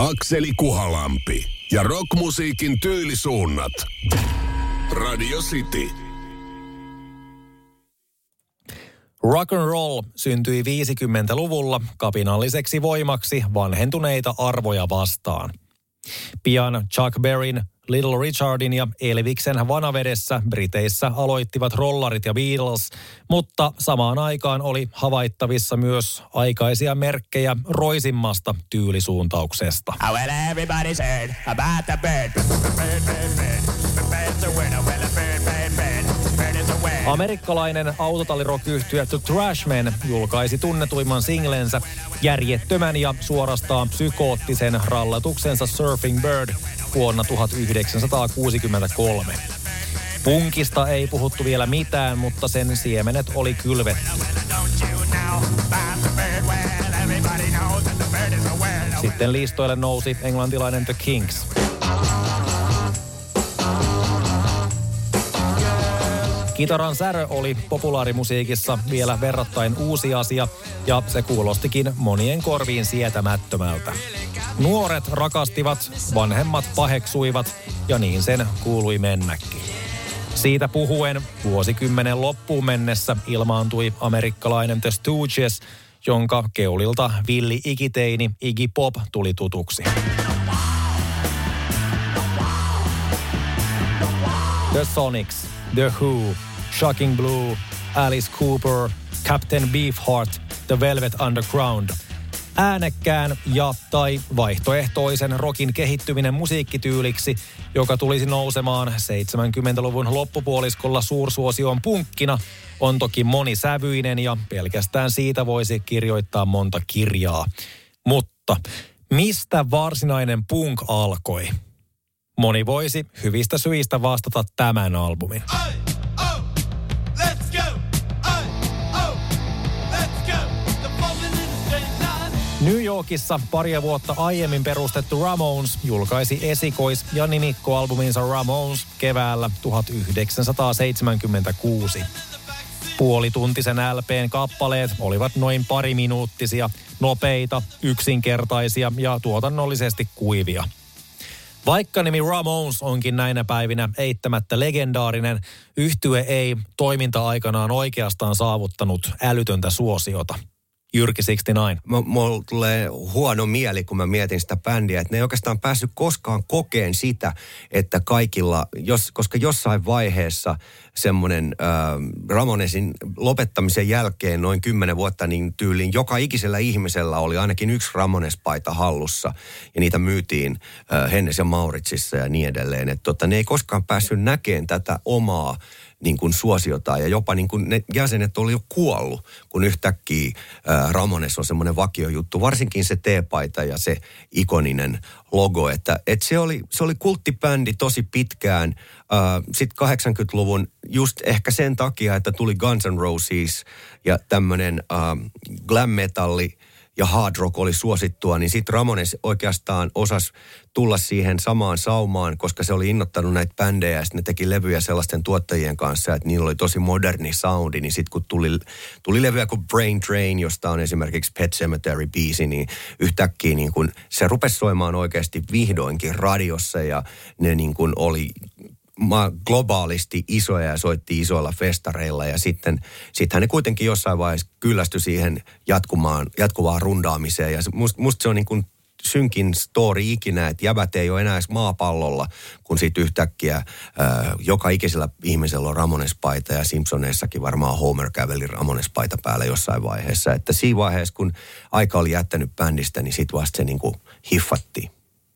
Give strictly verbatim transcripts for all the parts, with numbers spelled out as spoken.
Akseli Kuhalampi ja rockmusiikin tyylisuunnat. Radio City. Rock and roll syntyi viisikymmentäluvulla kapinalliseksi voimaksi vanhentuneita arvoja vastaan. Pian Chuck Berryn, Little Richardin ja Elviksen vanavedessä Briteissä aloittivat rollarit ja Beatles, mutta samaan aikaan oli havaittavissa myös aikaisia merkkejä roisimmasta tyylisuuntauksesta. Oh, well, everybody's heard about the bird. Bird, bird, bird. The bird's a winner. Well, a bird, bird, bird. Bird is a winner. Amerikkalainen autotallirock-yhtye The Trashmen julkaisi tunnetuimman singlensä järjettömän ja suorastaan psykoottisen rallatuksensa Surfing Bird vuonna tuhatyhdeksänsataakuusikymmentäkolme. Punkista ei puhuttu vielä mitään, mutta sen siemenet oli kylvetty. Sitten listoille nousi englantilainen The Kinks. Kitaran särö oli populaarimusiikissa vielä verrattain uusi asia ja se kuulostikin monien korviin sietämättömältä. Nuoret rakastivat, vanhemmat paheksuivat ja niin sen kuului mennäkin. Siitä puhuen vuosikymmenen loppuun mennessä ilmaantui amerikkalainen The Stooges, jonka keulilta villi ikiteini Iggy Pop tuli tutuksi. The Sonics, The Who, Shocking Blue, Alice Cooper, Captain Beefheart, The Velvet Underground. Äänekkään ja tai vaihtoehtoisen rockin kehittyminen musiikkityyliksi, joka tulisi nousemaan seitsemänkymmentäluvun loppupuoliskolla suursuosioon punkkina, on toki monisävyinen ja pelkästään siitä voisi kirjoittaa monta kirjaa. Mutta mistä varsinainen punk alkoi? Moni voisi hyvistä syistä vastata tämän albumin. New Yorkissa paria vuotta aiemmin perustettu Ramones julkaisi esikois- ja nimikkoalbuminsa Ramones keväällä tuhatyhdeksänsataaseitsemänkymmentäkuusi. Puolituntisen L P:n kappaleet olivat noin pariminuuttisia, nopeita, yksinkertaisia ja tuotannollisesti kuivia. Vaikka nimi Ramones onkin näinä päivinä eittämättä legendaarinen, yhtye ei toiminta-aikanaan oikeastaan saavuttanut älytöntä suosiota. Jyrki kuusikymmentäyhdeksän. Mulla tulee huono mieli, kun mä mietin sitä bändiä, että ne ei oikeastaan päässyt koskaan kokeen sitä, että kaikilla, jos, koska jossain vaiheessa semmoinen äh, Ramonesin lopettamisen jälkeen noin kymmenen vuotta, niin tyyliin joka ikisellä ihmisellä oli ainakin yksi Ramones-paita hallussa ja niitä myytiin äh, Hennes ja Mauritsissa ja niin edelleen. Että tota, ne ei koskaan päässyt näkemään tätä omaa niin kuin suosiota ja jopa niin kuin ne jäsenet oli jo kuollut, kun yhtäkkiä ää, Ramones on semmoinen vakiojuttu, varsinkin se T-paita ja se ikoninen logo, että et se oli se oli kulttibändi tosi pitkään, sitten kahdeksankymmentäluvun just ehkä sen takia, että tuli Guns N' Roses ja tämmöinen glam metalli ja hard rock oli suosittua, niin sitten Ramones oikeastaan osasi tulla siihen samaan saumaan, koska se oli innoittanut näitä bändejä ja sitten ne teki levyjä sellaisten tuottajien kanssa, että niillä oli tosi moderni soundi, niin sitten kun tuli, tuli levyjä kuin Brain Drain, josta on esimerkiksi Pet Sematary-biisi, niin yhtäkkiä niin kun se rupesi soimaan oikeasti vihdoinkin radiossa ja ne niin kun oli globaalisti isoja ja soitti isoilla festareilla ja sitten sittenhän ne kuitenkin jossain vaiheessa kyllästyi siihen jatkumaan, jatkuvaan rundaamiseen ja musta must se on niin kuin synkin story ikinä, että jäbät ei ole enää edes maapallolla, kun sitten yhtäkkiä äh, joka ikisellä ihmisellä on Ramones-paita ja Simpsoneissakin varmaan Homer käveli Ramones-paita päällä jossain vaiheessa, että siinä vaiheessa kun aika oli jättänyt bändistä, niin sit vasta se niin kuin hiffattiin.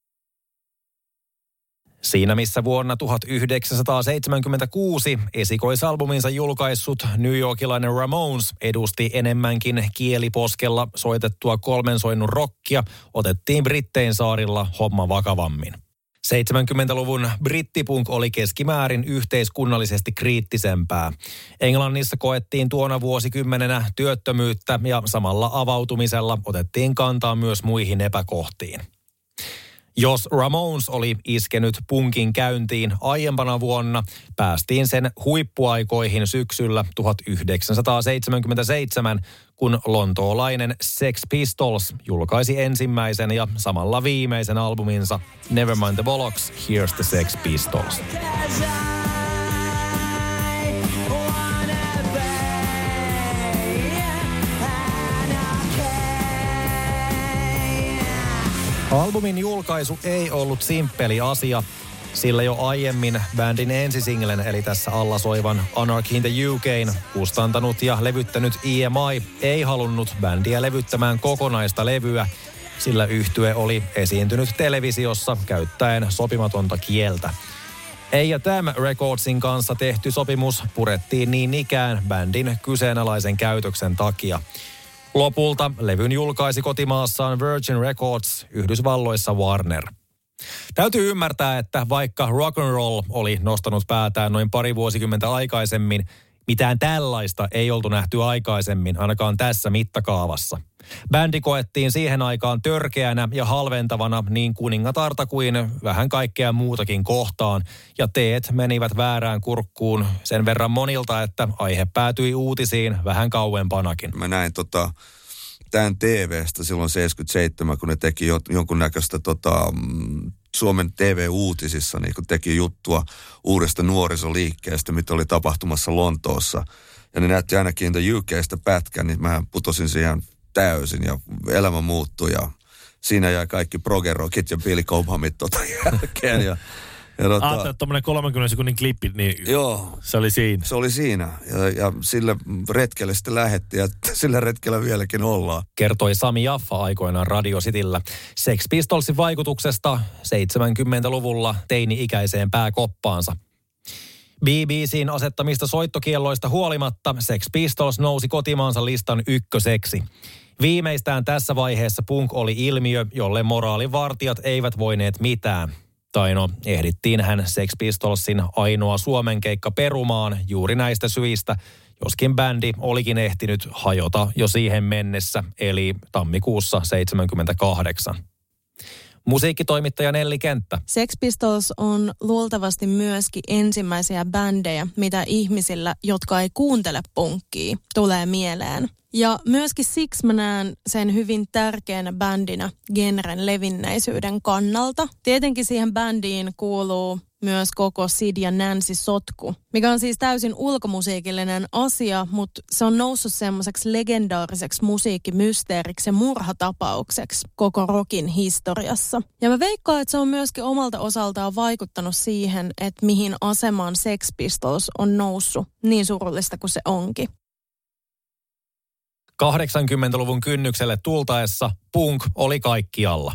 Siinä missä vuonna tuhatyhdeksänsataaseitsemänkymmentäkuusi esikoisalbuminsa julkaissut New Yorkilainen Ramones edusti enemmänkin kieliposkella soitettua kolmen soinnun rockia, otettiin Brittein saarilla homma vakavammin. seitsemänkymmentäluvun brittipunk oli keskimäärin yhteiskunnallisesti kriittisempää. Englannissa koettiin tuona vuosikymmenenä työttömyyttä ja samalla avautumisella otettiin kantaa myös muihin epäkohtiin. Jos Ramones oli iskenyt punkin käyntiin aiempana vuonna, päästiin sen huippuaikoihin syksyllä tuhatyhdeksänsataaseitsemänkymmentäseitsemän, kun lontoolainen Sex Pistols julkaisi ensimmäisen ja samalla viimeisen albuminsa Nevermind the Bollocks, Here's the Sex Pistols. Albumin julkaisu ei ollut simppeli asia, sillä jo aiemmin bändin ensisinglen, eli tässä alla soivan Anarchy in the U K:n kustantanut ja levyttänyt E M I ei halunnut bändiä levyttämään kokonaista levyä, sillä yhtye oli esiintynyt televisiossa käyttäen sopimatonta kieltä. A and M Recordsin kanssa tehty sopimus purettiin niin ikään bändin kyseenalaisen käytöksen takia. Lopulta levyn julkaisi kotimaassaan Virgin Records, Yhdysvalloissa Warner. Täytyy ymmärtää, että vaikka rock and roll oli nostanut päätään noin pari vuosikymmentä aikaisemmin, mitään tällaista ei oltu nähty aikaisemmin, ainakaan tässä mittakaavassa. Bändi koettiin siihen aikaan törkeänä ja halventavana niin kuningatarta kuin vähän kaikkea muutakin kohtaan, ja teet menivät väärään kurkkuun sen verran monilta, että aihe päätyi uutisiin vähän kauempanakin. Mä näin tota, tämän T V:stä silloin seitsemänkymmentäseitsemän, kun ne teki jo, jonkunnäköistä tota, Suomen T V-uutisissa, niin kun teki juttua uudesta nuorisoliikkeestä, mitä oli tapahtumassa Lontoossa. Ja ne näytti ainakin in the U K:stä pätkän, niin mä putosin siihen täysin ja elämä muuttui ja siinä jäi kaikki progerokit ja Billy Cobhamit tota jälkeen. Ja, ja tota, Ajattelin, että tommoinen kolmenkymmenen sekunnin klippi, niin joo, se oli siinä. Se oli siinä ja, ja sille retkelle sitten lähdettiin ja sillä retkellä vieläkin ollaan. Kertoi Sami Jaffa aikoinaan Radio Cityllä Sex Pistolsin vaikutuksesta seitsemänkymmentäluvulla teini-ikäiseen pääkoppaansa. B B C:n asettamista soittokielloista huolimatta Sex Pistols nousi kotimaansa listan ykköseksi. Viimeistään tässä vaiheessa punk oli ilmiö, jolle moraalivartijat eivät voineet mitään. Tai no, ehdittiinhän Sex Pistolsin ainoa Suomen keikka perumaan juuri näistä syistä, joskin bändi olikin ehtinyt hajota jo siihen mennessä, eli tammikuussa seitsemänkymmentäkahdeksan. Musiikkitoimittaja Nelli Kenttä. Sex Pistols on luultavasti myöskin ensimmäisiä bändejä, mitä ihmisillä, jotka ei kuuntele punkkia, tulee mieleen. Ja myöskin siksi mä näen sen hyvin tärkeänä bändinä genren levinneisyyden kannalta. Tietenkin siihen bändiin kuuluu myös koko Sid ja Nancy sotku, mikä on siis täysin ulkomusiikillinen asia, mutta se on noussut semmoiseksi legendaariseksi musiikkimysteeriksi ja murhatapaukseksi koko rockin historiassa. Ja mä veikkaan, että se on myöskin omalta osaltaan vaikuttanut siihen, että mihin asemaan Sex Pistols on noussut, niin surullista kuin se onkin. kahdeksankymmentäluvun kynnykselle tultaessa punk oli kaikkialla.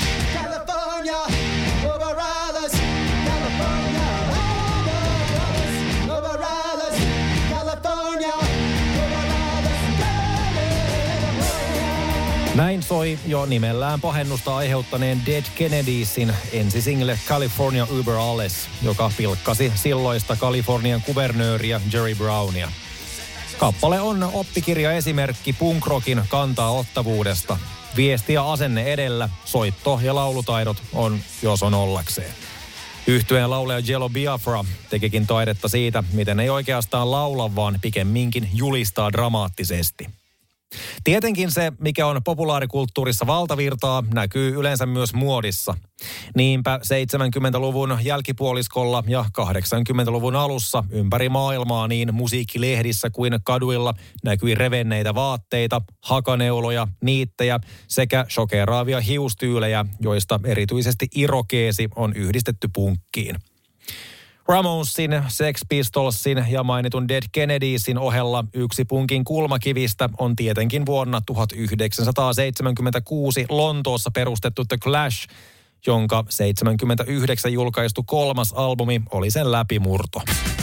Näin soi jo nimellään pahennusta aiheuttaneen Dead Kennediesin ensisingle California Über Alles, joka pilkkasi silloista Kalifornian kuvernööriä Jerry Brownia. Kappale on oppikirjaesimerkki punk-rockin kantaa ottavuudesta. Viesti ja asenne edellä, soitto- ja laulutaidot on jos on ollakseen. Yhtyeen lauleja Jello Biafra tekikin taidetta siitä, miten ei oikeastaan laula, vaan pikemminkin julistaa dramaattisesti. Tietenkin se, mikä on populaarikulttuurissa valtavirtaa, näkyy yleensä myös muodissa. Niinpä seitsemänkymmentäluvun jälkipuoliskolla ja kahdeksankymmentäluvun alussa ympäri maailmaa niin musiikkilehdissä kuin kaduilla näkyi revenneitä vaatteita, hakaneuloja, niittejä sekä shokeraavia hiustyylejä, joista erityisesti irokeesi on yhdistetty punkkiin. Ramonesin, Sex Pistolsin ja mainitun Dead Kennediesin ohella yksi punkin kulmakivistä on tietenkin vuonna tuhatyhdeksänsataaseitsemänkymmentäkuusi Lontoossa perustettu The Clash, jonka seitsemänkymmentäyhdeksän julkaistu kolmas albumi oli sen läpimurto.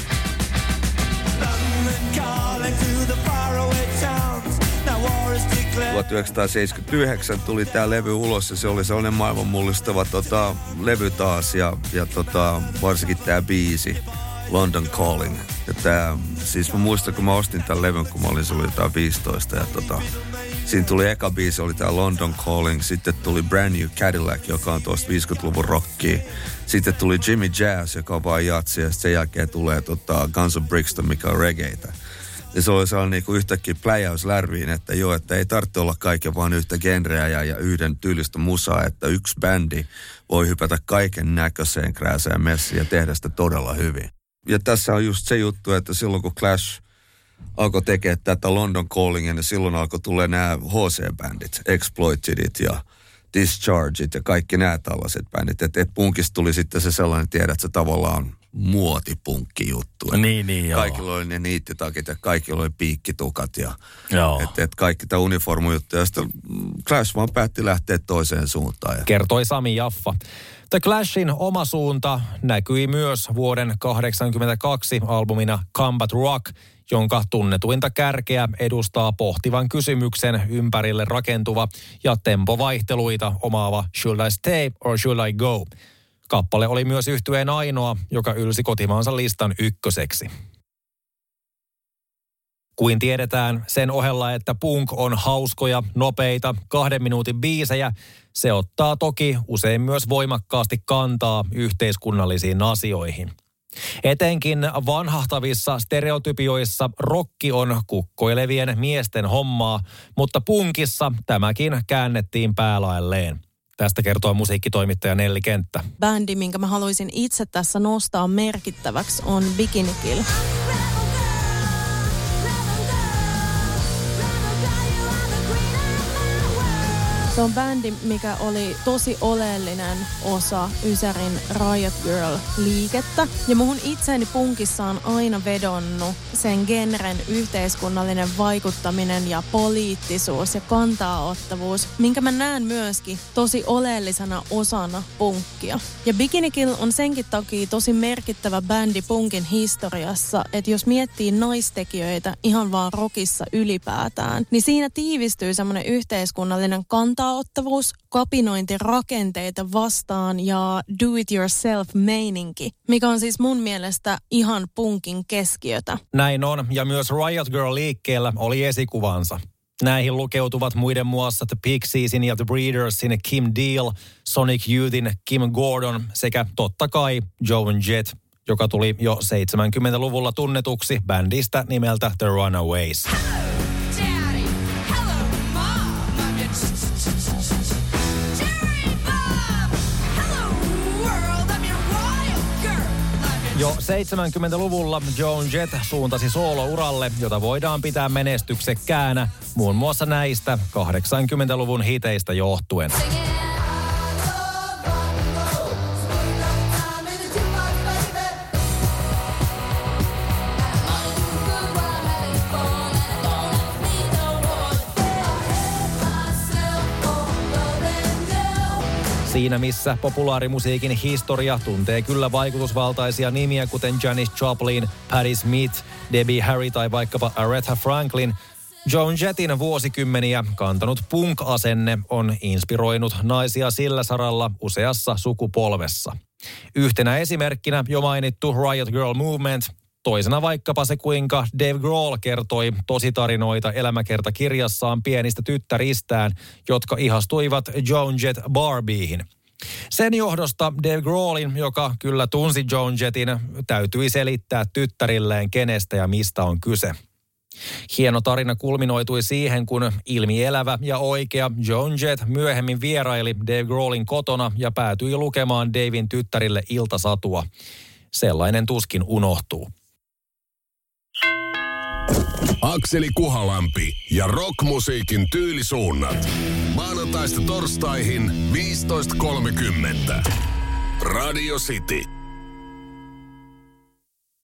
tuhatyhdeksänsataaseitsemänkymmentäyhdeksän tuli tää levy ulos ja se oli sellainen maailman mullistava tota, levy taas ja, ja tota, varsinkin tää biisi London Calling. Ja tää, siis mä muistan kun mä ostin tän levyn kun mä olin silloin jotain viisitoista ja tota, Siinä tuli eka biisi, oli tää London Calling. Sitten tuli Brand New Cadillac, joka on tuosta viisikymmentäluvun rockia. Sitten tuli Jimmy Jazz, joka on vaan jatsia. Ja sen jälkeen tulee tota Guns of Brixton, mikä on reggaetä. Ja se oli sellainen niinku yhtäkkiä pläjäys lärviin, että joo, että ei tarvitse olla kaiken vaan yhtä genreä ja, ja yhden tyylistä musaa, että yksi bändi voi hypätä kaiken näköiseen krääsään messiin ja tehdä sitä todella hyvin. Ja tässä on just se juttu, että silloin kun Clash alkoi tekemään tätä London Callingia, niin silloin alkoi tulla nämä H C-bändit, Exploitedit ja Dischargeit ja kaikki nämä tällaiset bändit. Että et punkista tuli sitten se sellainen, tiedät, että se tavallaan muotipunkki juttu. Niin, niin, joo. Kaikilla oli ne niittitakit ja kaikilla oli piikkitukat ja että et kaikki tämä uniformujuttu. Ja sitten Clash vaan päätti lähteä toiseen suuntaan. Ja kertoi Sami Jaffa. The Clashin oma suunta näkyi myös vuoden kahdeksankymmentäkaksi albumina Combat Rock, jonka tunnetuinta kärkeä edustaa pohtivan kysymyksen ympärille rakentuva ja tempovaihteluita omaava Should I Stay or Should I Go? Kappale oli myös yhtyeen ainoa, joka ylsi kotimaansa listan ykköseksi. Kuin tiedetään, sen ohella, että punk on hauskoja, nopeita, kahden minuutin biisejä, se ottaa toki usein myös voimakkaasti kantaa yhteiskunnallisiin asioihin. Etenkin vanhahtavissa stereotypioissa rokki on kukkoilevien miesten hommaa, mutta punkissa tämäkin käännettiin päälaelleen. Tästä kertoo musiikkitoimittaja Nelli Kenttä. Bändi, minkä mä haluaisin itse tässä nostaa merkittäväksi, on Bikini Kill. Se on bändi, mikä oli tosi oleellinen osa Ysärin Riot Girl-liikettä. Ja muhun itseäni punkissa on aina vedonnut sen genren yhteiskunnallinen vaikuttaminen ja poliittisuus ja kantaaottavuus, minkä mä näen myöskin tosi oleellisena osana punkkia. Ja Bikini Kill on senkin takia tosi merkittävä bändi punkin historiassa, että jos miettii naistekijöitä ihan vaan rockissa ylipäätään, niin siinä tiivistyy semmoinen yhteiskunnallinen kanta ottavuus, kapinointi rakenteita vastaan ja do-it-yourself-meininki, mikä on siis mun mielestä ihan punkin keskiötä. Näin on, ja myös Riot Girl-liikkeellä oli esikuvansa. Näihin lukeutuvat muiden muassa The Pixiesin ja The Breedersin Kim Deal, Sonic Youthin Kim Gordon sekä totta kai Joan Jett, joka tuli jo seitsemänkymmentäluvulla tunnetuksi bändistä nimeltä The Runaways. Jo seitsemänkymmentäluvulla Joan Jett suuntasi soolo-uralle, jota voidaan pitää menestyksekkäänä, muun muassa näistä kahdeksankymmentäluvun hiteistä johtuen. Siinä missä populaarimusiikin historia tuntee kyllä vaikutusvaltaisia nimiä kuten Janis Joplin, Patti Smith, Debbie Harry tai vaikkapa Aretha Franklin, Joan Jettin vuosikymmeniä kantanut punk-asenne on inspiroinut naisia sillä saralla useassa sukupolvessa. Yhtenä esimerkkinä jo mainittu Riot Girl Movement, toisena vaikkapa se kuinka Dave Grohl kertoi tositarinoita elämäkertakirjassaan pienistä tyttäristään, jotka ihastuivat Joan Jett Barbieihin. Sen johdosta Dave Grohlin, joka kyllä tunsi Joan Jettin, täytyi selittää tyttärilleen, kenestä ja mistä on kyse. Hieno tarina kulminoitui siihen, kun ilmielävä ja oikea Joan Jett myöhemmin vieraili Dave Grohlin kotona ja päätyi lukemaan Davin tyttärille iltasatua. Sellainen tuskin unohtuu. Akseli Kuhalampi ja rockmusiikin tyylisuunnat. Maanantaista torstaihin viisitoista kolmekymmentä. Radio City.